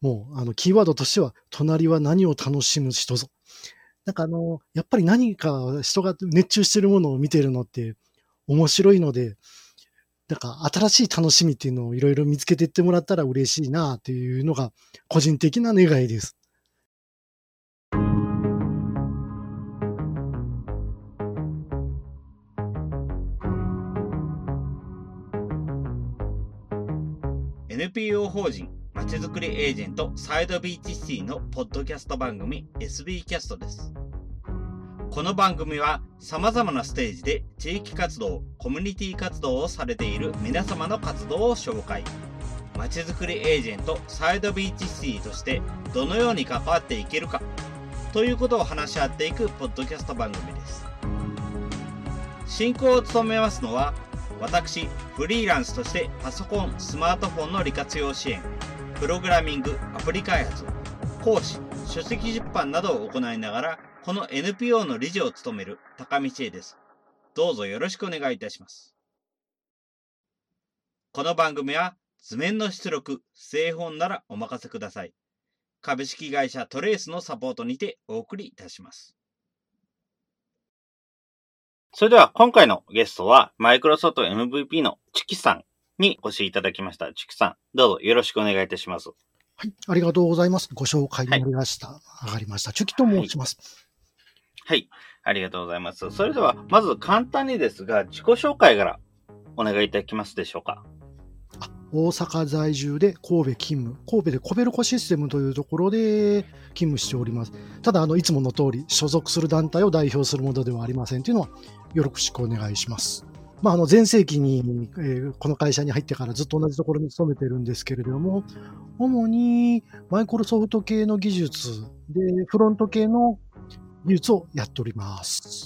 もう、キーワードとしては、隣は何を楽しむ人ぞ。なんかやっぱり何か人が熱中してるものを見てるのって面白いので、なんか新しい楽しみっていうのをいろいろ見つけていってもらったら嬉しいなっていうのが個人的な願いです。 NPO 法人まちづくりエージェントサイドビーチシティのポッドキャスト番組 SB キャストです。この番組は様々なステージで地域活動、コミュニティ活動をされている皆様の活動を紹介。まちづくりエージェントサイドビーチシティとしてどのように関わっていけるかということを話し合っていくポッドキャスト番組です。進行を務めますのは私、フリーランスとしてパソコン、スマートフォンの利活用支援、プログラミング、アプリ開発、講師、書籍出版などを行いながら、この NPO の理事を務める高見千恵です。どうぞよろしくお願いいたします。この番組は図面の出力、製本ならお任せください。株式会社トレースのサポートにてお送りいたします。それでは今回のゲストはマイクロソフト MVP のチキさんにお越しいただきました。チキさん、どうぞよろしくお願いいたします。 はい、ありがとうございます。ご紹介になりました。はい、上がりました。チキと申します。 はい、ありがとうございます。それではまず簡単にですが自己紹介からお願いいただけますでしょうか。 大阪在住で神戸勤務。神戸でコベルコシステムというところで勤務しております。ただ、いつもの通り、所属する団体を代表するものではありませんというのは、よろしくお願いします。前世紀に、この会社に入ってからずっと同じところに勤めてるんですけれども、主にマイクロソフト系の技術で、フロント系の技術をやっております。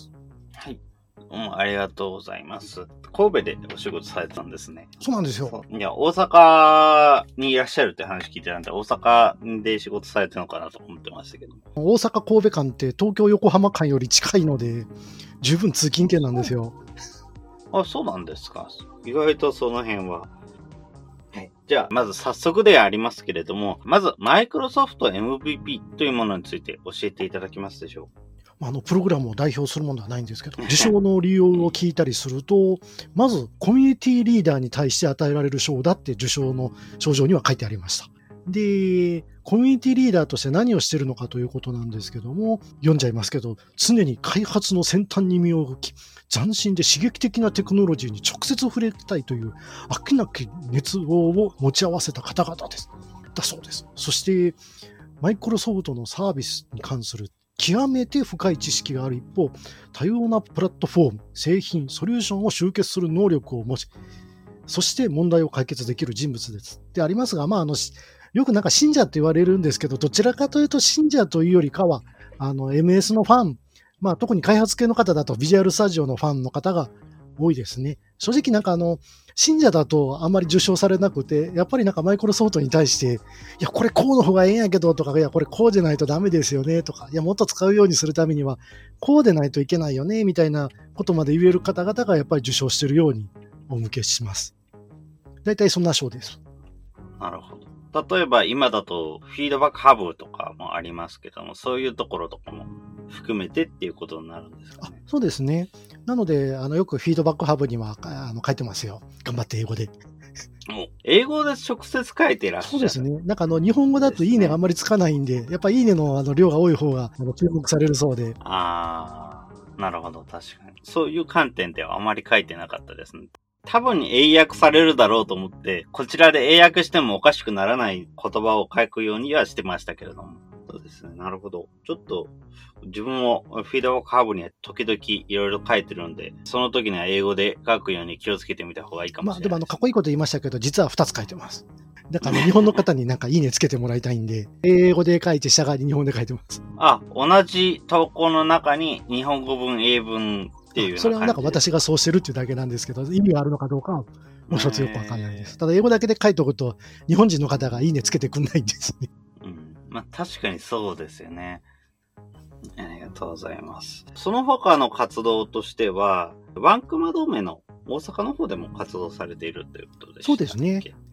はい。ありがとうございます。神戸でお仕事されてたんですね。 そうなんですよ。 いや、大阪にいらっしゃるって話聞いてたんで、大阪で仕事されてるのかなと思ってましたけど。 大阪神戸間って東京横浜間より近いので、十分通勤圏なんですよ。 あ、そうなんですか。意外とその辺は。はい。じゃあ、まず早速ではありますけれども、まず、マイクロソフト MVP というものについて教えていただけますでしょうか。 プログラムを代表するものではないんですけど、受賞の理由を聞いたりすると、まず、コミュニティリーダーに対して与えられる賞だって受賞の賞状には書いてありました。で、コミュニティリーダーとして何をしているのかということなんですけども、読んじゃいますけど、常に開発の先端に身を置き、斬新で刺激的なテクノロジーに直接触れたいという飽きなき熱望を持ち合わせた方々です。だそうです。そして、マイクロソフトのサービスに関する極めて深い知識がある一方、多様なプラットフォーム、製品、ソリューションを集結する能力を持ち、そして問題を解決できる人物です。でありますが、よくなんか信者って言われるんですけど、どちらかというと信者というよりかは、MS のファン、特に開発系の方だとビジュアルスタジオのファンの方が多いですね。正直なんか信者だとあんまり受賞されなくて、やっぱりなんかマイクロソフトに対して、いや、これこうの方がええんやけどとか、いや、これこうでないとダメですよねとか、いや、もっと使うようにするためには、こうでないといけないよねみたいなことまで言える方々がやっぱり受賞しているようにお向けします。大体そんな賞です。 なるほど。例えば今だとフィードバックハブとかもありますけども、そういうところとかも含めてっていうことになるんですかね。 そうですね。なので、よくフィードバックハブには書いてますよ。頑張って英語で。 もう英語で直接書いてらっしゃる。 そうですね。なんか日本語だといいねがあんまりつかないんで、やっぱいいねの量が多い方が注目されるそうで。 ああ、なるほど。確かに。そういう観点ではあまり書いてなかったですね。多分に英訳されるだろうと思って、こちらで英訳してもおかしくならない言葉を書くようにはしてましたけれども。そうですね。なるほど。ちょっと、自分もフィードバックハブには時々いろいろ書いてるんで、その時には英語で書くように気をつけてみた方がいいかもしれないです。 でもかっこいいこと言いましたけど、実は2つ書いてます。だから日本の方になんかいいねつけてもらいたいんで、英語で書いて、下側に日本で書いてます。 同じ投稿の中に日本語文、英文っていうような感じで。 それはなんか私がそうしてるっていうだけなんですけど、意味があるのかどうかはもう一つよくわかんないです。ただ英語だけで書いておくと、日本人の方がいいねつけてくんないんですね。 確かにそうですよね。ありがとうございます。その他の活動としては、ワンクマ同盟の大阪の方でも活動されているということでしたっけ？ そうですね。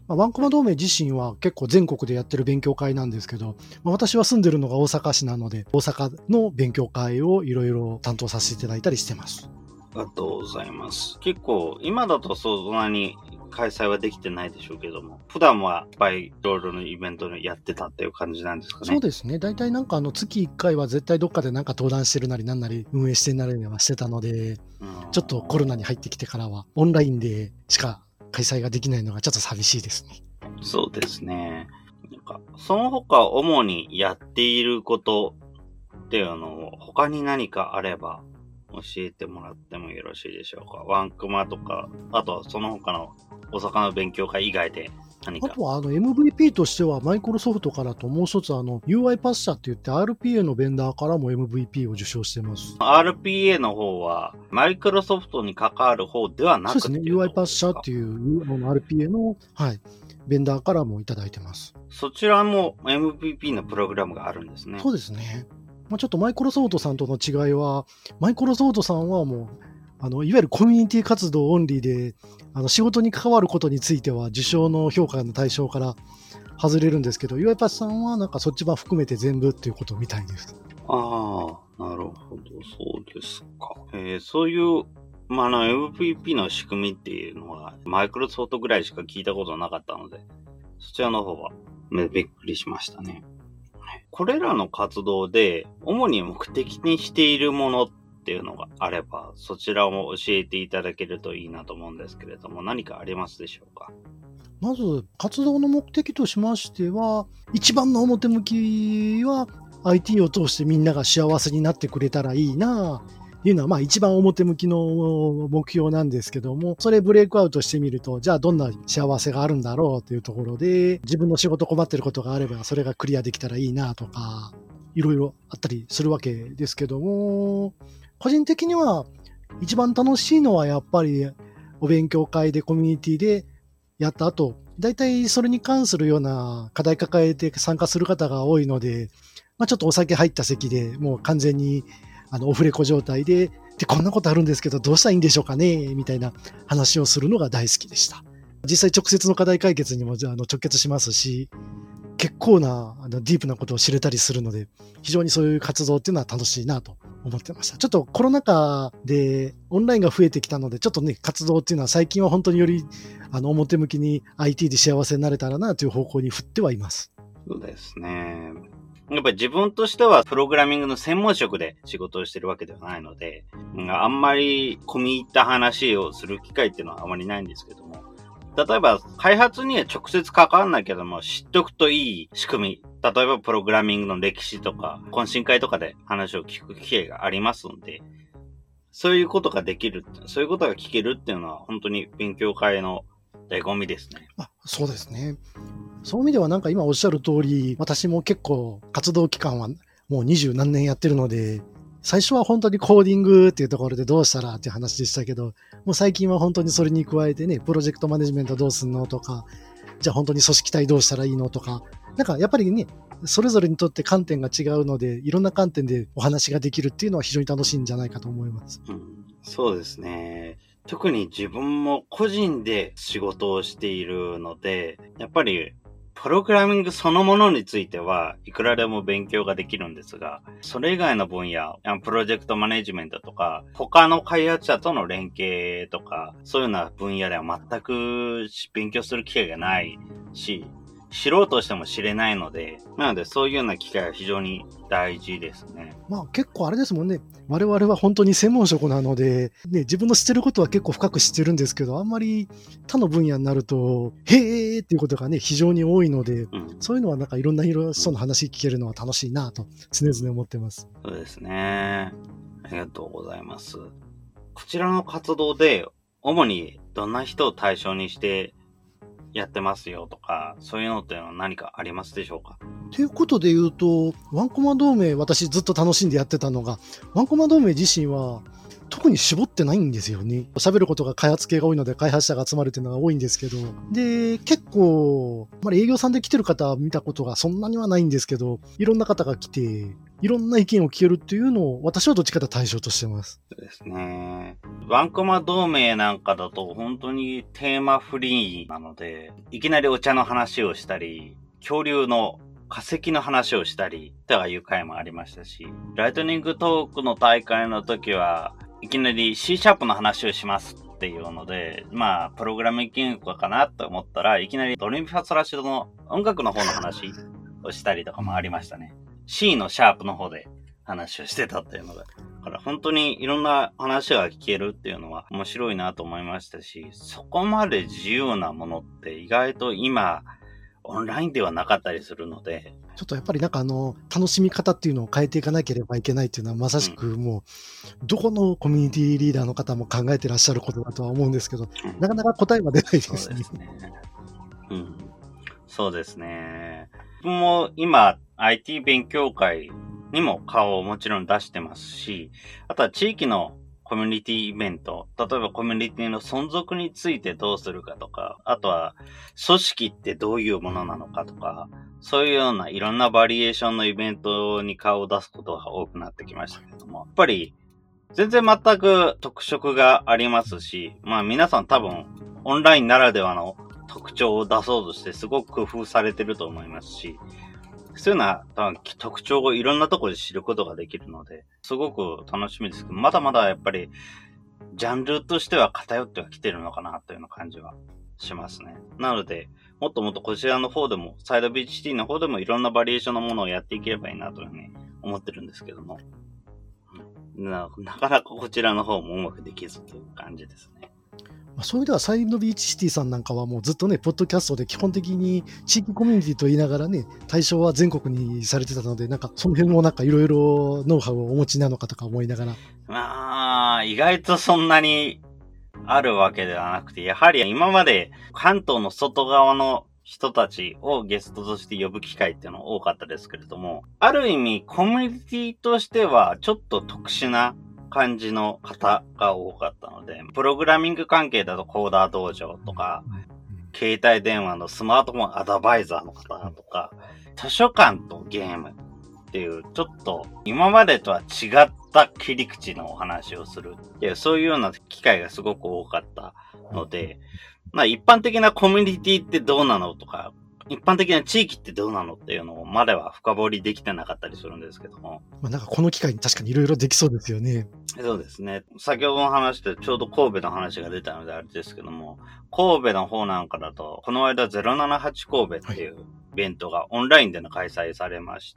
ワンコマ同盟自身は結構全国でやってる勉強会なんですけど、私は住んでるのが大阪市なので、大阪の勉強会をいろいろ担当させていただいたりしてます。 ありがとうございます。結構、今だとそんなに開催はできてないでしょうけども、普段はいっぱいいろいろなイベントやってたっていう感じなんですかね。 そうですね。大体月1回は絶対どっかで登壇してるなりなんなり運営してなりはしてたので、ちょっとコロナに入ってきてからはオンラインでしか開催ができないのがちょっと寂しいですね。 そうですね。その他主にやっていることっていうのを他に何かあれば教えてもらってもよろしいでしょうか。ワンクマとか、あとはその他の大阪の勉強会以外で何か。 あとはMVP としてはマイクロソフトからともう一つUI パッシャーって言って RPA のベンダーからも MVP を受賞してます。 RPA の方はマイクロソフトに関わる方ではなくて。 そうですね。UI パッシャーっていう RPA の、ベンダーからもいただいてます。 そちらも MVP のプログラムがあるんですね。 そうですね。ちょっとマイクロソフトさんとの違いは、マイクロソフトさんはもう、いわゆるコミュニティ活動オンリーで、仕事に関わることについては、受賞の評価の対象から外れるんですけど、UI パスさんはそっちも含めて全部っていうことみたいです。 ああ、なるほど、そうですか。そういう、MVP の仕組みっていうのは、マイクロソフトぐらいしか聞いたことなかったので、そちらの方はびっくりしましたね。これらの活動で主に目的にしているものっていうのがあれば、そちらも教えていただけるといいなと思うんですけれども、何かありますでしょうか？ まず、活動の目的としましては、一番の表向きは IT を通してみんなが幸せになってくれたらいいなっていうのは、一番表向きの目標なんですけども、それブレイクアウトしてみると、じゃあどんな幸せがあるんだろうというところで、自分の仕事困ってることがあれば、それがクリアできたらいいなとか、いろいろあったりするわけですけども、個人的には一番楽しいのはやっぱりお勉強会でコミュニティでやった後、だいたいそれに関するような課題抱えて参加する方が多いので、ちょっとお酒入った席でもう完全にオフレコ状態で、こんなことあるんですけどどうしたらいいんでしょうかねみたいな話をするのが大好きでした。実際直接の課題解決にも直結しますし、結構なディープなことを知れたりするので、非常にそういう活動っていうのは楽しいなと思ってました。ちょっとコロナ禍でオンラインが増えてきたので、ちょっとね、活動っていうのは最近は本当により表向きに IT で幸せになれたらなという方向に振ってはいます。 そうですね。やっぱり自分としてはプログラミングの専門職で仕事をしてるわけではないので、あんまり込み入った話をする機会っていうのはあまりないんですけども、例えば開発には直接関わんないけども知っておくといい仕組み、例えばプログラミングの歴史とか懇親会とかで話を聞く機会がありますので、そういうことができる、そういうことが聞けるっていうのは本当に勉強会の醍醐味ですね。 そうですね。そういう意味では今おっしゃる通り、私も結構活動期間はもう20何年やってるので、最初は本当にコーディングっていうところでどうしたらっていう話でしたけど、もう最近は本当にそれに加えてね、プロジェクトマネジメントどうすんのとか、じゃあ本当に組織体どうしたらいいのとか、やっぱりね、それぞれにとって観点が違うので、いろんな観点でお話ができるっていうのは非常に楽しいんじゃないかと思います。 そうですね。特に自分も個人で仕事をしているので、やっぱりプログラミングそのものについてはいくらでも勉強ができるんですが、それ以外の分野、プロジェクトマネジメントとか、他の開発者との連携とか、そういうような分野では全く勉強する機会がないし、知ろうとしても知れないので、なのでそういうような機会は非常に大事ですね。 結構あれですもんね。我々は本当に専門職なので、ね、自分の知ってることは結構深く知ってるんですけど、あんまり他の分野になると、へーっていうことがね、非常に多いので、そういうのはいろんな人の話聞けるのは楽しいなと常々思ってます。 そうですね。ありがとうございます。こちらの活動で、主にどんな人を対象にしてやってますよとか、そういうのって何かありますでしょうか？ ということで言うと、ワンコマ同盟、私ずっと楽しんでやってたのが、ワンコマ同盟自身は特に絞ってないんですよね。喋ることが開発系が多いので開発者が集まるっていうのが多いんですけど、で、結構、営業さんで来てる方見たことがそんなにはないんですけど、いろんな方が来て、 いろんな意見を聞けるっていうのを、私はどっちかというと対象としてます。 そうですね。ワンコマ同盟なんかだと本当にテーマフリーなので、いきなりお茶の話をしたり、恐竜の化石の話をしたり、という回もありましたし、ライトニングトークの大会の時は、いきなり C シャープの話をしますっていうので、まあ、プログラミング言語かなと思ったらいきなりドレミファソラシドの音楽の方の話をしたりとかもありましたね。C のシャープの方で話をしてたっていうのが。だから本当にいろんな話が聞けるっていうのは面白いなと思いましたし、そこまで自由なものって意外と今、オンラインではなかったりするので。 ちょっとやっぱりなんか楽しみ方っていうのを変えていかなければいけないっていうのはまさしくもう、どこのコミュニティリーダーの方も考えてらっしゃることだとは思うんですけど、なかなか答えは出ないですね。 そうですね。そうですね。僕も今、IT 勉強会にも顔をもちろん出してますし、あとは地域のコミュニティイベント、例えばコミュニティの存続についてどうするかとか、あとは組織ってどういうものなのかとか、そういうようないろんなバリエーションのイベントに顔を出すことが多くなってきましたけども、やっぱり全然全く特色がありますし、まあ皆さん多分オンラインならではの特徴を出そうとしてすごく工夫されてると思いますし、そういうような多分特徴をいろんなところで知ることができるので、すごく楽しみですけど、まだまだやっぱりジャンルとしては偏ってはきてるのかなというような感じはしますね。なので、もっともっとこちらの方でも、サイドビーチシティの方でもいろんなバリエーションのものをやっていければいいなというふうに思ってるんですけども、なかなかこちらの方もうまくできずという感じですね。 そういう意味ではサイドビーチシティさんなんかはもうずっとね、ポッドキャストで基本的に地域コミュニティと言いながらね、対象は全国にされてたので、なんかその辺もなんかいろいろノウハウをお持ちなのかとか思いながら。 まあ、意外とそんなにあるわけではなくて、やはり今まで関東の外側の人たちをゲストとして呼ぶ機会っていうのは多かったですけれども、ある意味コミュニティとしてはちょっと特殊な感じの方が多かったので、プログラミング関係だとコーダー道場とか、携帯電話のスマートフォンアドバイザーの方とか、図書館とゲームっていう、ちょっと今までとは違った切り口のお話をするっていう、そういうような機会がすごく多かったので、まあ一般的なコミュニティってどうなのとか、一般的な地域ってどうなのっていうのをまでは深掘りできてなかったりするんですけども。 まあなんかこの機会に確かにいろいろできそうですよね。 そうですね。先ほどの話でちょうど神戸の話が出たのであれですけども、神戸の方なんかだと、この間078神戸っていうイベントがオンラインでの開催されまして、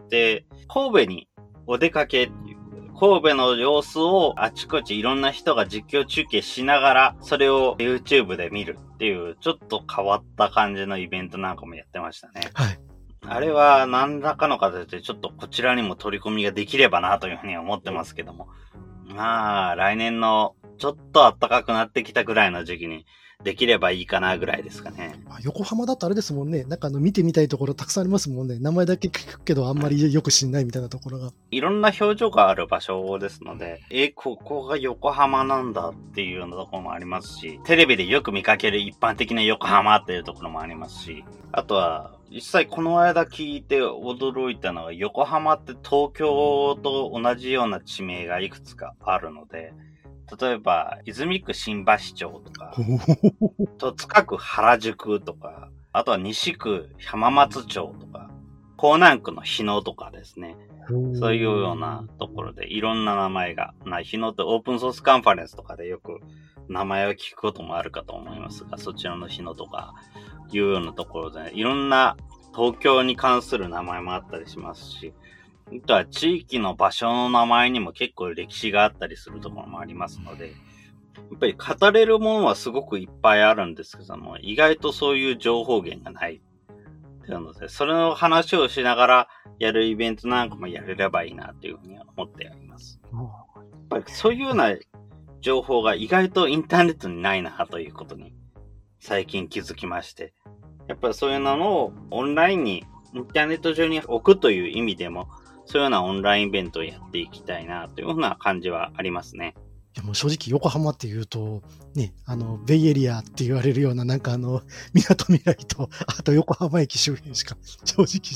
神戸にお出かけっていう神戸の様子をあちこちいろんな人が実況中継しながら、それを YouTube で見るっていう、ちょっと変わった感じのイベントなんかもやってましたね。 はい。 あれは何らかの形でちょっとこちらにも取り込みができればなというふうに思ってますけども。まあ、来年のちょっと暖かくなってきたぐらいの時期にできればいいかなぐらいですかね。 横浜だとあれですもんね。なんか見てみたいところたくさんありますもんね。名前だけ聞くけどあんまりよく知んないみたいなところが。 いろんな表情がある場所ですので、ここが横浜なんだっていうようなところもありますし、テレビでよく見かける一般的な横浜っていうところもありますし、あとは、実際この間聞いて驚いたのは、横浜って東京と同じような地名がいくつかあるので、例えば、泉区新橋町とか、戸塚区原宿とか、あとは西区浜松町とか、江南区の日野とかですね。そういうようなところでいろんな名前が、日野ってオープンソースカンファレンスとかでよく名前を聞くこともあるかと思いますが、そちらの日野とかいうようなところで、いろんな東京に関する名前もあったりしますし、あとは地域の場所の名前にも結構歴史があったりするところもありますので、やっぱり語れるものはすごくいっぱいあるんですけども、意外とそういう情報源がない。なので、それの話をしながらやるイベントなんかもやれればいいなというふうに思っております。やっぱりそういうような情報が意外とインターネットにないなということに最近気づきまして、やっぱりそういうのをオンラインにインターネット上に置くという意味でも、そういうようなオンラインイベントをやっていきたいなというような感じはありますね。 いやもう正直横浜っていうと、ね、ベイエリアって言われるような、なんか港未来と、あと横浜駅周辺しか正直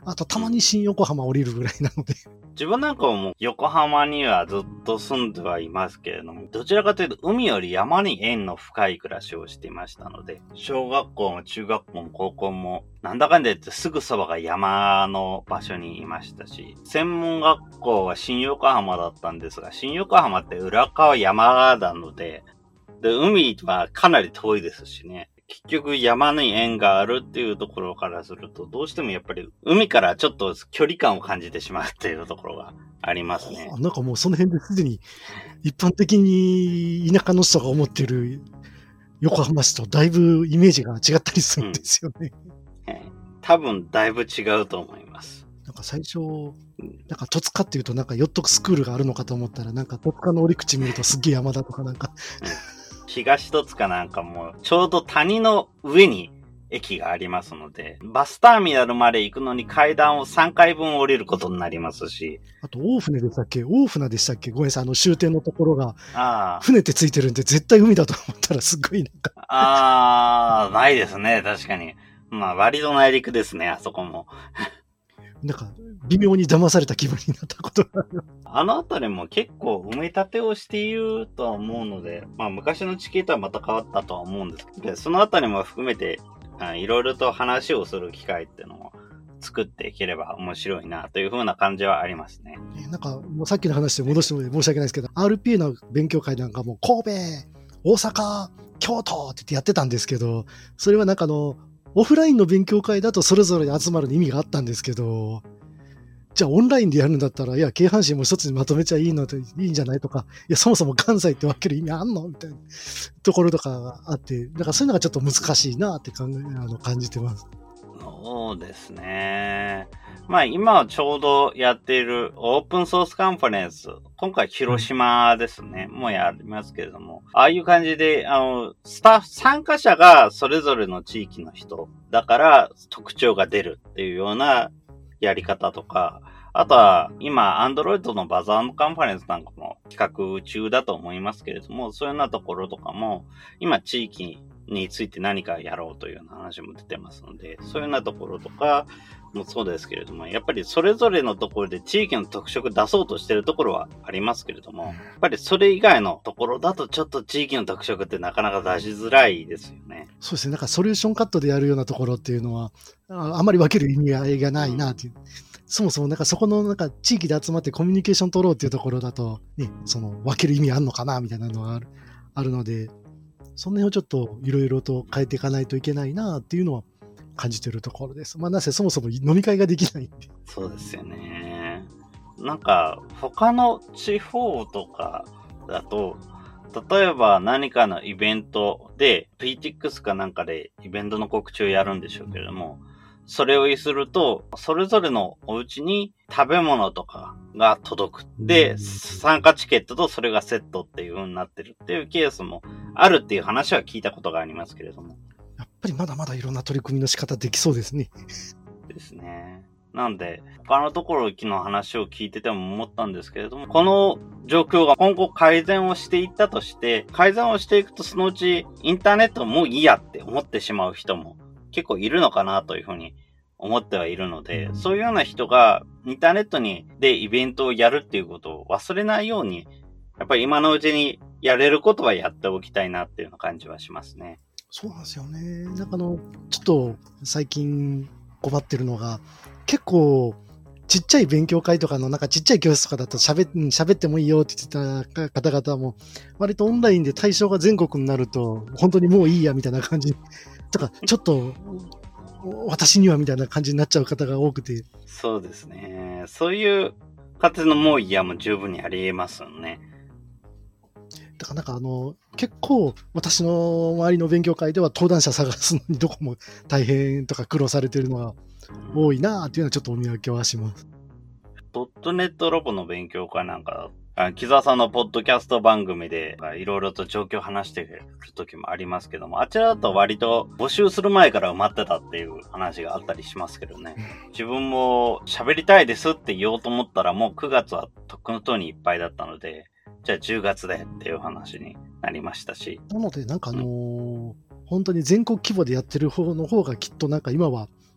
あとたまに新横浜降りるぐらいなので。 自分なんかはもう横浜にはずっと住んではいますけれども、どちらかというと海より山に縁の深い暮らしをしていましたので、小学校も中学校も高校もなんだかんだ言ってすぐそばが山の場所にいましたし、専門学校は新横浜だったんですが、新横浜って裏側山なので、海はかなり遠いですしね。結局山に縁があるっていうところからすると、どうしてもやっぱり海からちょっと距離感を感じてしまうっていうところがありますね。 なんかもうその辺ですでに一般的に田舎の人が思ってる横浜市とだいぶイメージが違ったりするんですよね。 多分だいぶ違うと思います。 なんか最初、なんか戸塚っていうとなんかヨットスクールがあるのかと思ったら、なんか戸塚の折り口見るとすっげえ山だとかなんか。 東戸塚なんかもちょうど谷の上に駅がありますので、バスターミナルまで行くのに階段を3回分降りることになりますし。 あと大船でしたっけごめんなさい、終点のところが、船ってついてるんで絶対海だと思ったらすっごいなんか。 ないですね、確かに。まあ割と内陸ですね、あそこも。 なんか、微妙に騙された気分になったことがある。 あのあたりも結構埋め立てをしているとは思うので、まあ昔の地形とはまた変わったとは思うんですけど、そのあたりも含めて、いろいろと話をする機会っていうのを作っていければ面白いなという風な感じはありますね。 なんか、もうさっきの話で戻しても申し訳ないですけど、RPA の勉強会なんかも神戸、大阪、京都って言ってやってたんですけど、それはなんかオフラインの勉強会だとそれぞれに集まる意味があったんですけど、じゃあオンラインでやるんだったら、いや、京阪神も一つにまとめちゃいいんじゃないとか、いや、そもそも関西って分ける意味あんのみたいなところとかがあって、だからそういうのがちょっと難しいなって感じてます。 そうですね。まあ今はちょうどやっているオープンソースカンファレンス、今回広島ですね、もうやりますけれども、ああいう感じで、参加者がそれぞれの地域の人だから特徴が出るっていうようなやり方とか、あとは今 Android のバザーのカンファレンスなんかも企画中だと思いますけれども、そういうようなところとかも今地域について何かやろうというような話も出てますので、そういうようなところとかもそうですけれども、やっぱりそれぞれのところで地域の特色出そうとしているところはありますけれども、やっぱりそれ以外のところだとちょっと地域の特色ってなかなか出しづらいですよね。 そうですね。なんかソリューションカットでやるようなところっていうのは、あまり分ける意味合いがないなっていう。そもそもなんかそこのなんか地域で集まってコミュニケーション取ろうっていうところだと、ね、その分ける意味あんのかなみたいなのがあるので、その辺をちょっといろいろと変えていかないといけないなっていうのは感じているところです。まあなぜそもそも飲み会ができないんで。 そうですよね。なんか他の地方とかだと、例えば何かのイベントで PTX かなんかでイベントの告知をやるんでしょうけれども、それをすると、それぞれのお家に食べ物とかが届く。で、参加チケットとそれがセットっていう風になってるっていうケースもあるっていう話は聞いたことがありますけれども。 やっぱりまだまだいろんな取り組みの仕方できそうですね。 ですね。なんで、他のところの話を聞いてても思ったんですけれども、この状況が今後改善をしていったとして、改善をしていくとそのうちインターネットもういいやって思ってしまう人も結構いるのかなというふうに思ってはいるので、そういうような人がインターネットでイベントをやるっていうことを忘れないように、やっぱり今のうちにやれることはやっておきたいなっていうような感じはしますね。 そうなんですよね。なんかちょっと最近困ってるのが、結構ちっちゃい勉強会とかのなんかちっちゃい教室とかだと喋ってもいいよって言ってた方々も割とオンラインで対象が全国になると本当にもういいやみたいな感じとかちょっと私にはみたいな感じになっちゃう方が多くて。 そうですね。そういう形のもういいやも十分にあり得ますよね。 だからなんか結構私の周りの勉強会では登壇者探すのにどこも大変とか苦労されてるのが多いなっていうのはちょっとお見分けはします。 ドットネットラボの勉強会なんか、木澤さんのポッドキャスト番組でいろいろと状況を話してる時もありますけども、あちらだと割と募集する前から埋まってたっていう話があったりしますけどね。自分も喋りたいですって言おうと思ったらもう9月はとっくのとおりいっぱいだったので、じゃあ10月でっていう話になりましたし。 なのでなんか本当に全国規模でやってる方の方がきっとなんか今は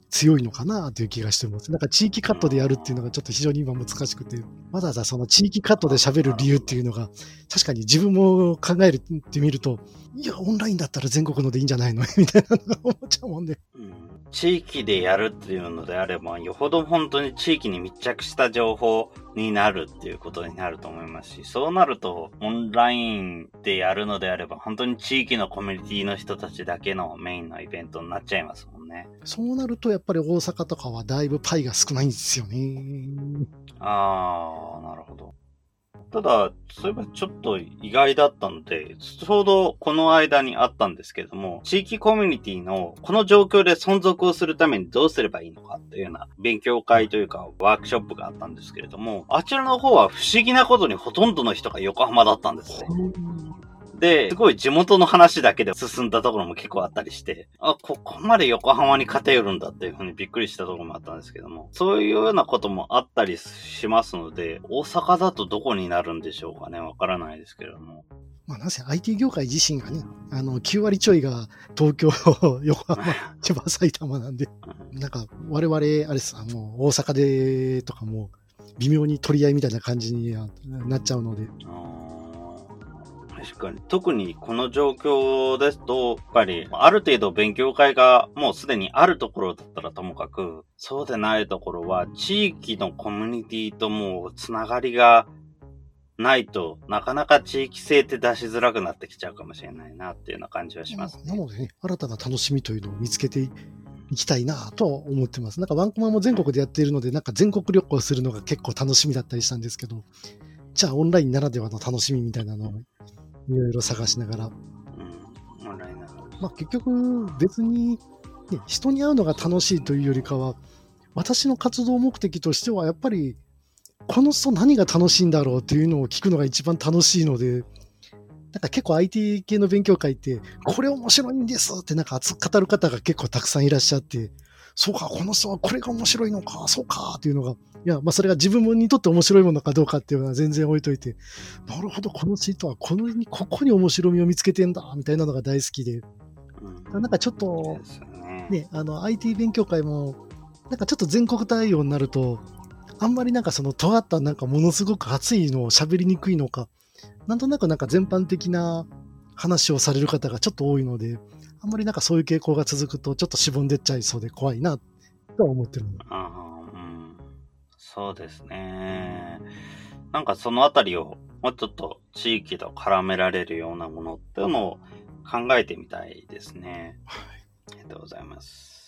強いのかなという気がしてます。なんか地域カットでやるっていうのがちょっと非常に今難しくて、わざわざその地域カットで喋る理由っていうのが、確かに自分も考えてみると、いや、オンラインだったら全国のでいいんじゃないのみたいなのが思っちゃうもんで。 地域でやるっていうのであれば、よほど本当に地域に密着した情報になるっていうことになると思いますし、そうなるとオンラインでやるのであれば、本当に地域のコミュニティの人たちだけのメインのイベントになっちゃいますもんね。 そうなるとやっぱり大阪とかはだいぶパイが少ないんですよね。 あー、なるほど。ただ、そういえばちょっと意外だったので、ちょうどこの間にあったんですけども、地域コミュニティのこの状況で存続をするためにどうすればいいのかっていうような勉強会というかワークショップがあったんですけれども、あちらの方は不思議なことにほとんどの人が横浜だったんですね。で、すごい地元の話だけで進んだところも結構あったりして、ここまで横浜に偏るんだっていうふうにびっくりしたところもあったんですけども、そういうようなこともあったりしますので、大阪だとどこになるんでしょうかね、わからないですけれども。 まあ、なぜ IT 業界自身がね、9割ちょいが東京、横浜、千葉、埼玉なんで、なんか我々、あれです、もう大阪でとかも微妙に取り合いみたいな感じになっちゃうので。 確かに。特にこの状況ですと、やっぱりある程度勉強会がもうすでにあるところだったらともかく、そうでないところは地域のコミュニティともうつながりがないとなかなか地域性って出しづらくなってきちゃうかもしれないなっていうような感じはしますね。 なのでね、新たな楽しみというのを見つけていきたいなと思ってます。なんかワンコマも全国でやっているので、なんか全国旅行するのが結構楽しみだったりしたんですけど、じゃあオンラインならではの楽しみみたいなのをいろいろ探しながら。 オンラインなら。 まあ結局別に、ね、人に会うのが楽しいというよりかは、私の活動目的としてはやっぱりこの人何が楽しいんだろうっていうのを聞くのが一番楽しいので、なんか結構 IT 系の勉強会ってこれ面白いんですってなんか熱く語る方が結構たくさんいらっしゃって、そうかこの人はこれが面白いのかそうかっていうのが、いやまあそれが自分にとって面白いものかどうかっていうのは全然置いといて、なるほどこの人はここに面白みを見つけてんだみたいなのが大好きで、なんかちょっとねIT 勉強会もなんかちょっと全国対応になるとあんまりなんかその尖ったなんかものすごく熱いのを喋りにくいのか、なんとなくなんか全般的な話をされる方がちょっと多いので、あんまりなんかそういう傾向が続くとちょっとしぼんでっちゃいそうで怖いなとは思ってる。 そうですね。なんかそのあたりをもうちょっと地域と絡められるようなものっていうのを考えてみたいですね。 はい。 ありがとうございます。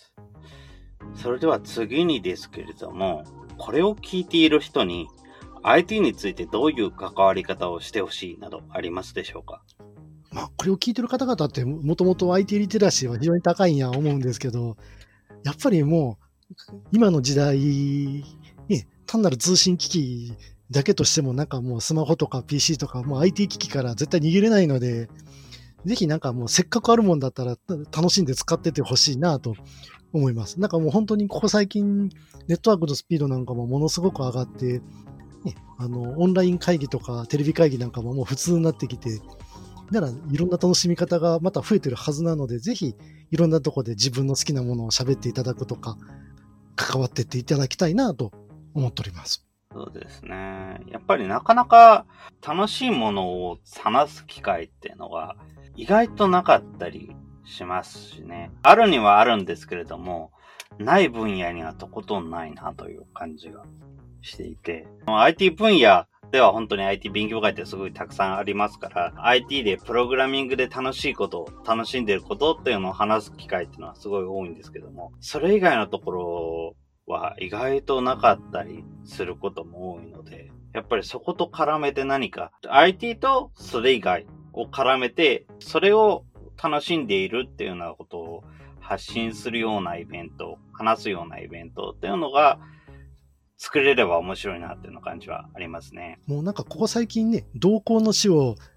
それでは次にですけれども、これを聞いている人に IT についてどういう関わり方をしてほしいなどありますでしょうか？ まあこれを聞いてる方々ってもともと IT リテラシーは非常に高いんや思うんですけど、やっぱりもう今の時代に単なる通信機器だけとしてもなんかもうスマホとか PC とかもう IT 機器から絶対逃げれないので、ぜひなんかもうせっかくあるもんだったら楽しんで使っててほしいなと思います。なんかもう本当にここ最近ネットワークのスピードなんかもものすごく上がって、ね、オンライン会議とかテレビ会議なんかももう普通になってきて、だからいろんな楽しみ方がまた増えてるはずなので、ぜひいろんなところで自分の好きなものを喋っていただくとか、関わっていっていただきたいなと思っております。 そうですね。やっぱりなかなか楽しいものを話す機会っていうのが意外となかったりしますしね。あるにはあるんですけれども、ない分野にはとことんないなという感じがしていて、IT 分野では本当に IT 勉強会ってすごいたくさんありますから、IT でプログラミングで楽しいこと、楽しんでることっていうのを話す機会っていうのはすごい多いんですけども、それ以外のところは意外となかったりすることも多いので、やっぱりそこと絡めて何か IT とそれ以外を絡めて、それを楽しんでいるっていうようなことを発信するようなイベント、話すようなイベントっていうのが作れれば面白いなっていうの感じはありますね。 もうなんかここ最近ね、同行の死を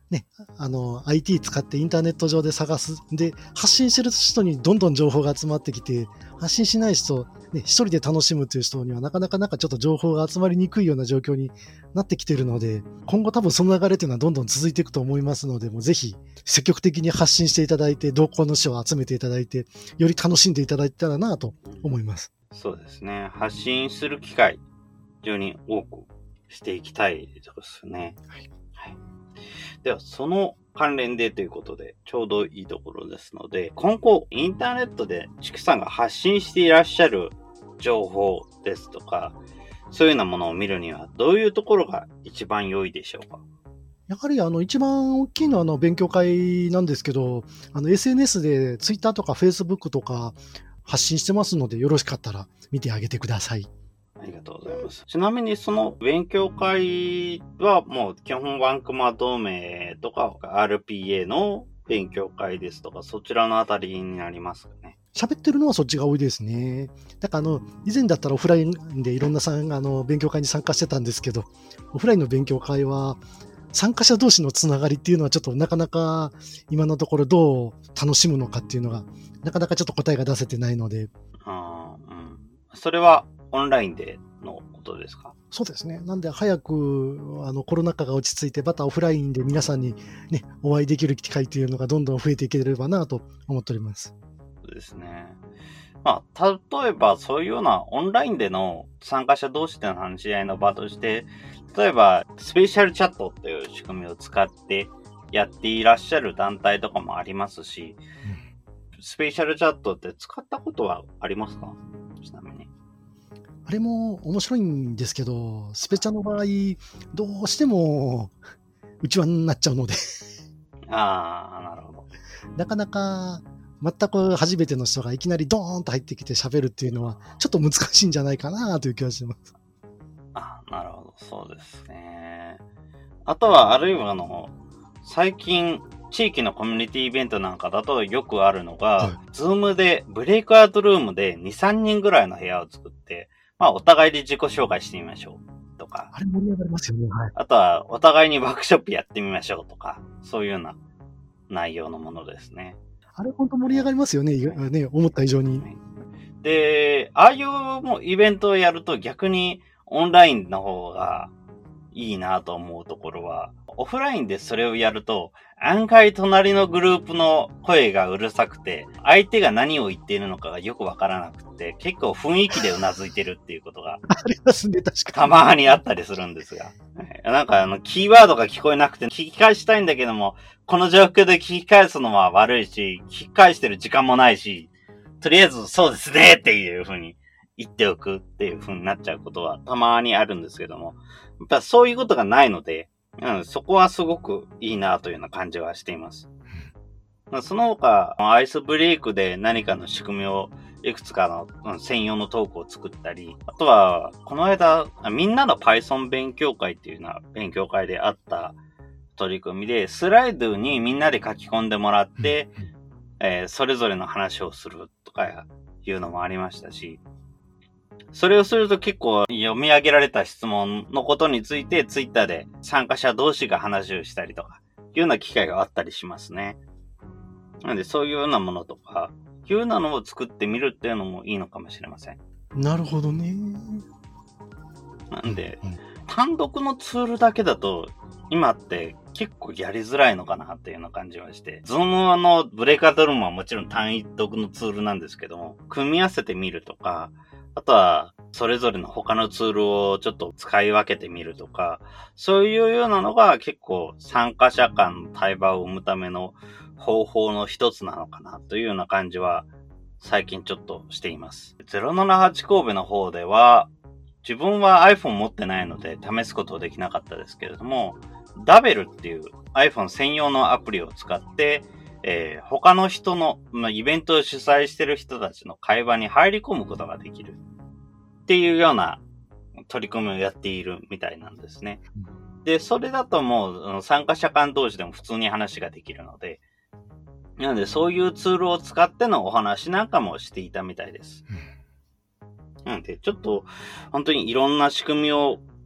ね、IT 使ってインターネット上で探す。で、発信してる人にどんどん情報が集まってきて、発信しない人、ね、一人で楽しむという人にはなかなかちょっと情報が集まりにくいような状況になってきているので、今後多分その流れというのはどんどん続いていくと思いますので、もうぜひ積極的に発信していただいて、同行の人を集めていただいて、より楽しんでいただいたらなと思います。 そうですね。発信する機会、非常に多くしていきたいですね。はいはい、では、その関連でということで、ちょうどいいところですので、今後、インターネットでチクさんが発信していらっしゃる情報ですとか、そういうようなものを見るには、どういうところが一番良いでしょうか？ やはり一番大きいのは勉強会なんですけど、SNS で Twitter とか Facebook とか発信してますので、よろしかったら見てあげてください。 ありがとうございます。ちなみにその勉強会はもう基本ワンクマ同盟とか RPA の勉強会ですとか、そちらのあたりになりますかね。 喋ってるのはそっちが多いですね。だから以前だったらオフラインでいろんな勉強会に参加してたんですけど、オフラインの勉強会は参加者同士のつながりっていうのはちょっとなかなか今のところどう楽しむのかっていうのがなかなかちょっと答えが出せてないので。 それはオンラインでのことですか？ そうですね。なんで早くコロナ禍が落ち着いてまたオフラインで皆さんにね、お会いできる機会というのがどんどん増えていければなと思っております。 そうですね。まあ、例えばそういうようなオンラインでの参加者同士での話し合いの場として、例えばスペシャルチャットという仕組みを使ってやっていらっしゃる団体とかもありますし、スペシャルチャットって使ったことはありますか？ちなみに。 あれも面白いんですけど、スペチャの場合、どうしても内輪になっちゃうのでなるほど。 なかなか全く初めての人がいきなりドーンと入ってきて喋るっていうのはちょっと難しいんじゃないかなという気がします。 なるほど。そうですね。あとは、あるいは最近、地域のコミュニティイベントなんかだとよくあるのが、ズームでブレイクアウトルームで2、3人ぐらいの部屋を作って、お互いで自己紹介してみましょうとか。 あれ盛り上がりますよね。はい。 あとは、お互いにワークショップやってみましょうとか、そういうような内容のものですね。 あれ本当盛り上がりますよね。ね、思った以上に。 で、ああいうイベントをやると逆にオンラインの方がいいなと思うところは、オフラインでそれをやると、案外隣のグループの声がうるさくて、相手が何を言っているのかがよくわからなくて、結構雰囲気でうなずいてるっていうことが、 ありますね、確かたまにあったりするんですが。なんかキーワードが聞こえなくて、聞き返したいんだけども、この状況で聞き返すのは悪いし、聞き返してる時間もないし、とりあえずそうですねっていう風に言っておくっていう風になっちゃうことはたまにあるんですけども、やっぱそういうことがないので、そこはすごくいいなというような感じはしています。その他、アイスブレイクで何かの仕組みをいくつかの専用のトークを作ったり、あとは、この間、みんなの Python 勉強会っていうような勉強会であった取り組みで、スライドにみんなで書き込んでもらって、それぞれの話をするとかいうのもありましたし、それをすると結構読み上げられた質問のことについてツイッターで参加者同士が話をしたりとか、いうような機会があったりしますね。なのでそういうようなものとか、いうようなのを作ってみるっていうのもいいのかもしれません。 なるほどね。 なんで、単独のツールだけだと、今って結構やりづらいのかなっていうような感じがして、Zoom のブレイクアウトルームはもちろん単独のツールなんですけども、組み合わせてみるとか、あとはそれぞれの他のツールをちょっと使い分けてみるとか、そういうようなのが結構参加者間の対話を生むための方法の一つなのかなというような感じは最近ちょっとしています。078神戸の方では、自分は iPhone 持ってないので試すことできなかったですけれども、ダベルっていう iPhone 専用のアプリを使って、他の人の、イベントを主催している人たちの会話に入り込むことができるっていうような取り組みをやっているみたいなんですね。で、それだともう参加者間同士でも普通に話ができるので、なのでそういうツールを使ってのお話なんかもしていたみたいです。なのでちょっと本当にいろんな仕組みを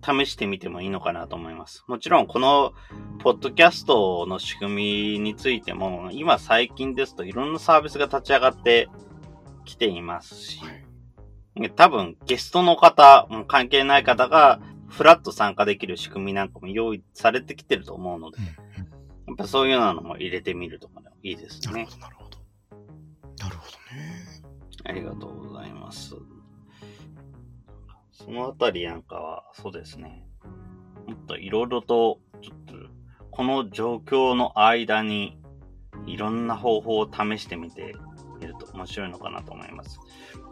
試してみてもいいのかなと思います。もちろんこのポッドキャストの仕組みについても今最近ですといろんなサービスが立ち上がってきていますし、多分ゲストの方、関係ない方がフラッと参加できる仕組みなんかも用意されてきてると思うので、やっぱそういうのも入れてみるとかでもいいですね。 なるほど。なるほどね。 ありがとうございます。そのあたりなんかは、そうですね。もっといろいろと、ちょっと、この状況の間に、いろんな方法を試してみてみると面白いのかなと思います。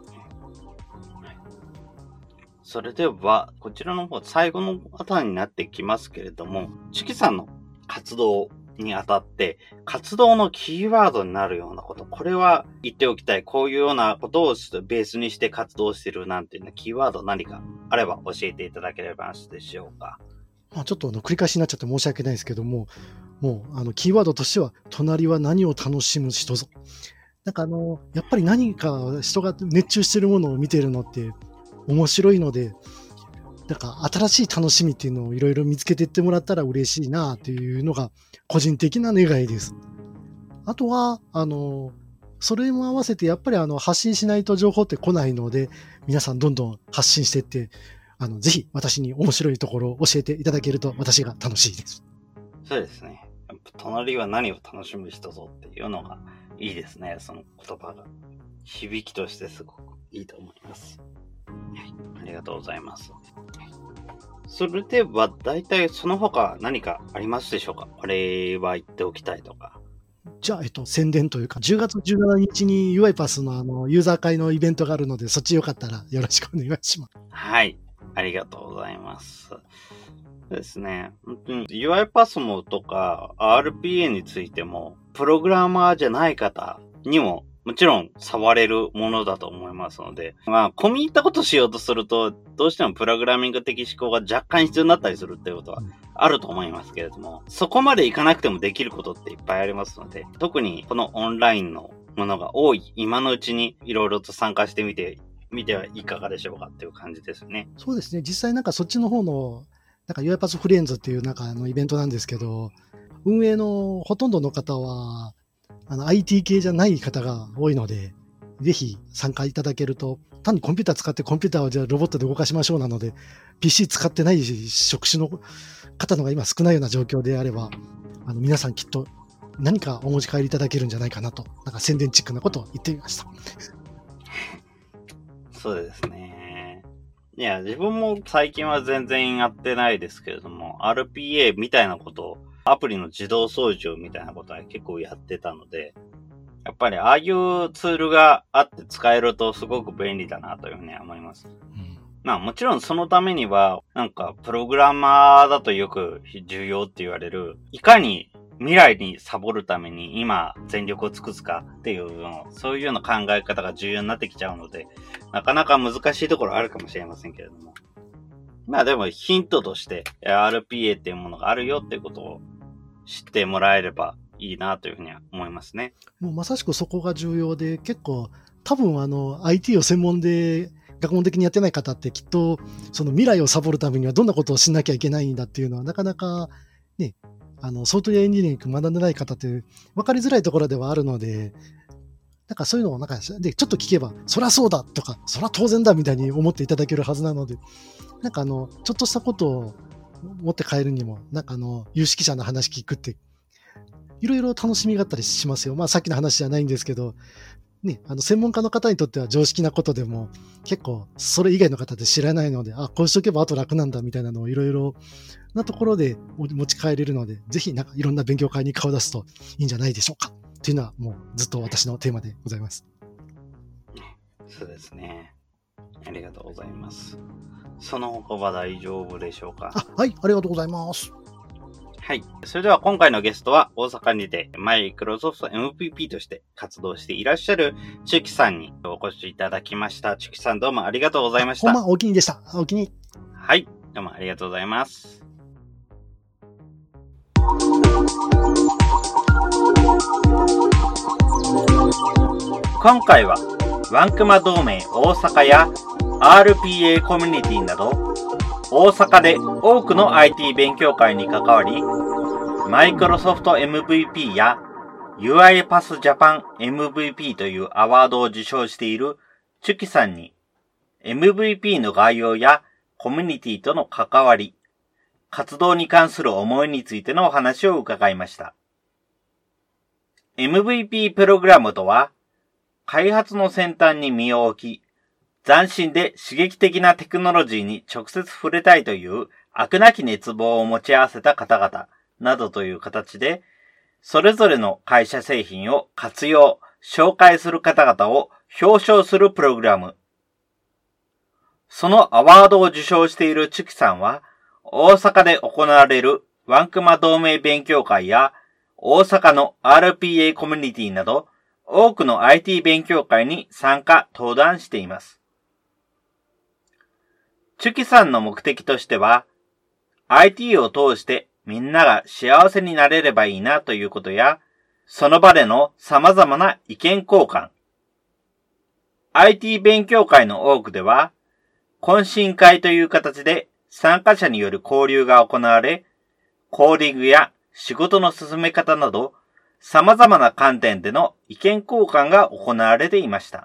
それでは、こちらの方、最後のあたりになってきますけれども、チキさんの活動にあたって、活動のキーワードになるようなこと、これは言っておきたい。こういうようなことをベースにして活動しているなんていうのキーワード何かあれば教えていただければでしょうか。 ちょっと繰り返しになっちゃって申し訳ないですけども、もうキーワードとしては、隣は何を楽しむ人ぞ。なんかやっぱり何か人が熱中してるものを見てるのって面白いので、なんか新しい楽しみっていうのをいろいろ見つけていってもらったら嬉しいなっていうのが個人的な願いです。あとは、それも合わせてやっぱり発信しないと情報って来ないので、皆さんどんどん発信していって、ぜひ私に面白いところを教えていただけると私が楽しいです。 そうですね。やっぱ隣は何を楽しむ人ぞっていうのがいいですね。その言葉が。響きとしてすごくいいと思います。はい、ありがとうございます。それでは、だいたいその他何かありますでしょうか？これは言っておきたいとか。 じゃあ、宣伝というか、10月17日に UiPath のユーザー会のイベントがあるので、そっちよかったらよろしくお願いします。 はい。ありがとうございます。そうですね。本当に UiPath とか RPA についても、プログラマーじゃない方にももちろん触れるものだと思いますので、込み入ったことしようとすると、どうしてもプログラミング的思考が若干必要になったりするっていうことはあると思いますけれども、そこまでいかなくてもできることっていっぱいありますので、特にこのオンラインのものが多い今のうちにいろいろと参加してみてはいかがでしょうかっていう感じですね。 そうですね。実際なんかそっちの方の、なんか UiPath フレンズっていうなんかイベントなんですけど、運営のほとんどの方は、IT 系じゃない方が多いので、ぜひ参加いただけると、単にコンピューター使ってコンピューターをじゃあロボットで動かしましょうなので、PC 使ってない職種の方のが今少ないような状況であれば、皆さんきっと何かお持ち帰りいただけるんじゃないかなと、なんか宣伝チックなことを言ってみました。 そうですね。いや、自分も最近は全然やってないですけれども、RPA みたいなことを、アプリの自動操縦みたいなことは結構やってたので、やっぱりああいうツールがあって使えるとすごく便利だなというふうに思います。もちろんそのためには、なんかプログラマーだとよく重要って言われる、いかに未来にサボるために今全力を尽くすかっていうの、そういうような考え方が重要になってきちゃうので、なかなか難しいところあるかもしれませんけれども。でもヒントとして RPA っていうものがあるよっていうことを知ってもらえればいいなというふうには思いますね。 もうまさしくそこが重要で、結構多分IT を専門で学問的にやってない方ってきっとその未来をサボるためにはどんなことをしなきゃいけないんだっていうのはなかなかね、ソフトウェアエンジニアリング学んでない方って分かりづらいところではあるので、なんかそういうのをなんかでちょっと聞けば、そりゃそうだとか、そりゃ当然だみたいに思っていただけるはずなので、なんかちょっとしたことを持って帰るにも、なんか有識者の話聞くって、いろいろ楽しみがあったりしますよ。さっきの話じゃないんですけど、ね、専門家の方にとっては常識なことでも、結構それ以外の方で知らないので、こうしとけばあと楽なんだみたいなのをいろいろなところで持ち帰れるので、ぜひなんかいろんな勉強会に顔を出すといいんじゃないでしょうか。というのはもうずっと私のテーマでございます。 そうですね。ありがとうございます。その他は大丈夫でしょうか？ はい、ありがとうございます。 はい。それでは今回のゲストは大阪にてマイクロソフト MVP として活動していらっしゃるチュキさんにお越しいただきました。チュキさんどうもありがとうございました。 お気に入りでした。お気に入り。 はい。どうもありがとうございます。今回はワンクマ同盟大阪や RPA コミュニティなど、大阪で多くの IT 勉強会に関わり、マイクロソフト MVP や UiPath Japan MVP というアワードを受賞しているチュキさんに、MVP の概要やコミュニティとの関わり、活動に関する思いについてのお話を伺いました。MVP プログラムとは、開発の先端に身を置き、斬新で刺激的なテクノロジーに直接触れたいという飽くなき熱望を持ち合わせた方々などという形で、それぞれの会社製品を活用、紹介する方々を表彰するプログラム。そのアワードを受賞しているチュキさんは、大阪で行われるワンクマ同盟勉強会や大阪の RPA コミュニティなど多くの IT 勉強会に参加・登壇しています。チュキさんの目的としては、IT を通してみんなが幸せになれればいいなということや、その場での様々な意見交換。IT 勉強会の多くでは、懇親会という形で参加者による交流が行われ、コーディングや仕事の進め方など、様々な観点での意見交換が行われていました。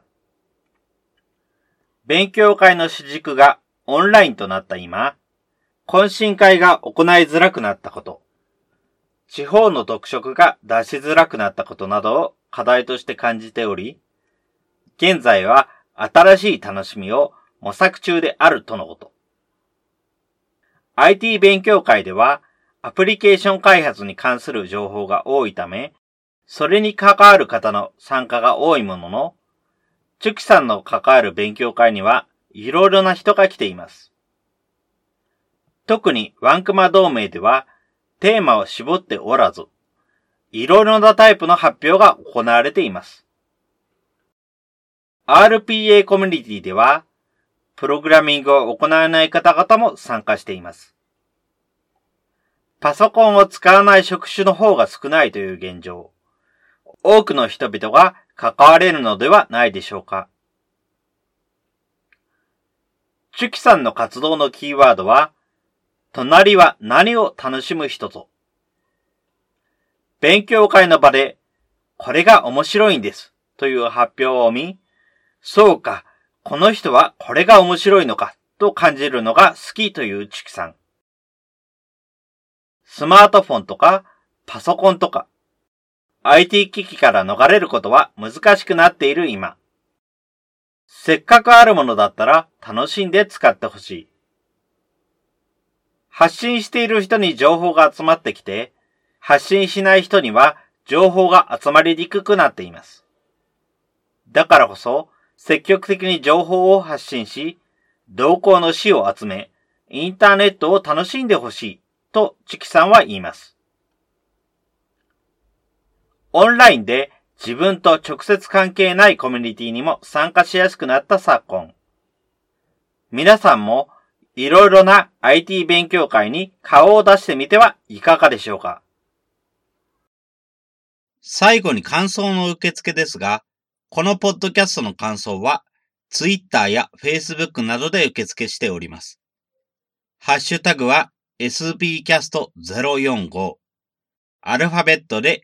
勉強会の主軸がオンラインとなった今、懇親会が行いづらくなったこと、地方の特色が出しづらくなったことなどを課題として感じており、現在は新しい楽しみを模索中であるとのこと。IT 勉強会ではアプリケーション開発に関する情報が多いため、それに関わる方の参加が多いものの、チュキさんの関わる勉強会にはいろいろな人が来ています。特にワンクマ同盟ではテーマを絞っておらず、いろいろなタイプの発表が行われています。RPA コミュニティでは、プログラミングを行わない方々も参加しています。パソコンを使わない職種の方が少ないという現状。多くの人々が関われるのではないでしょうか。チュキさんの活動のキーワードは、隣は何を楽しむ人ぞ。勉強会の場で、これが面白いんです、という発表を見、そうか、この人はこれが面白いのか、と感じるのが好きというチュキさん。スマートフォンとか、パソコンとか、IT 機器から逃れることは難しくなっている今。せっかくあるものだったら楽しんで使ってほしい。発信している人に情報が集まってきて、発信しない人には情報が集まりにくくなっています。だからこそ、積極的に情報を発信し、動向の詩を集め、インターネットを楽しんでほしい、とチュキさんは言います。オンラインで自分と直接関係ないコミュニティにも参加しやすくなった昨今。皆さんもいろいろな IT 勉強会に顔を出してみてはいかがでしょうか。 最後に感想の受付ですが、このポッドキャストの感想は Twitter や Facebook などで受付しております。ハッシュタグは SBcast045、アルファベットで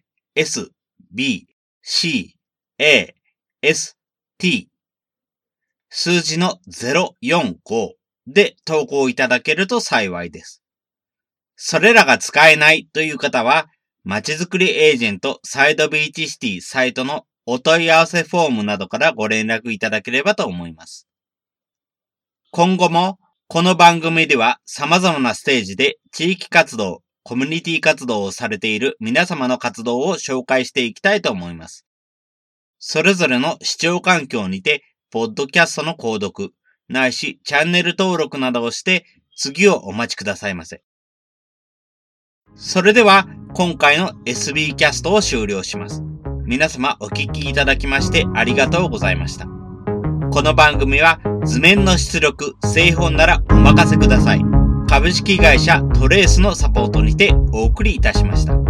SBCAST、数字の045で投稿いただけると幸いです。それらが使えないという方は、まちづくりエージェントサイドビーチシティサイトのお問い合わせフォームなどからご連絡いただければと思います。今後もこの番組では様々なステージで地域活動、コミュニティ活動をされている皆様の活動を紹介していきたいと思います。それぞれの視聴環境にて、ポッドキャストの購読、ないしチャンネル登録などをして次をお待ちくださいませ。それでは今回の SB キャストを終了します。皆様お聞きいただきましてありがとうございました。この番組は図面の出力、製本ならお任せください。株式会社トレースのサポートにてお送りいたしました。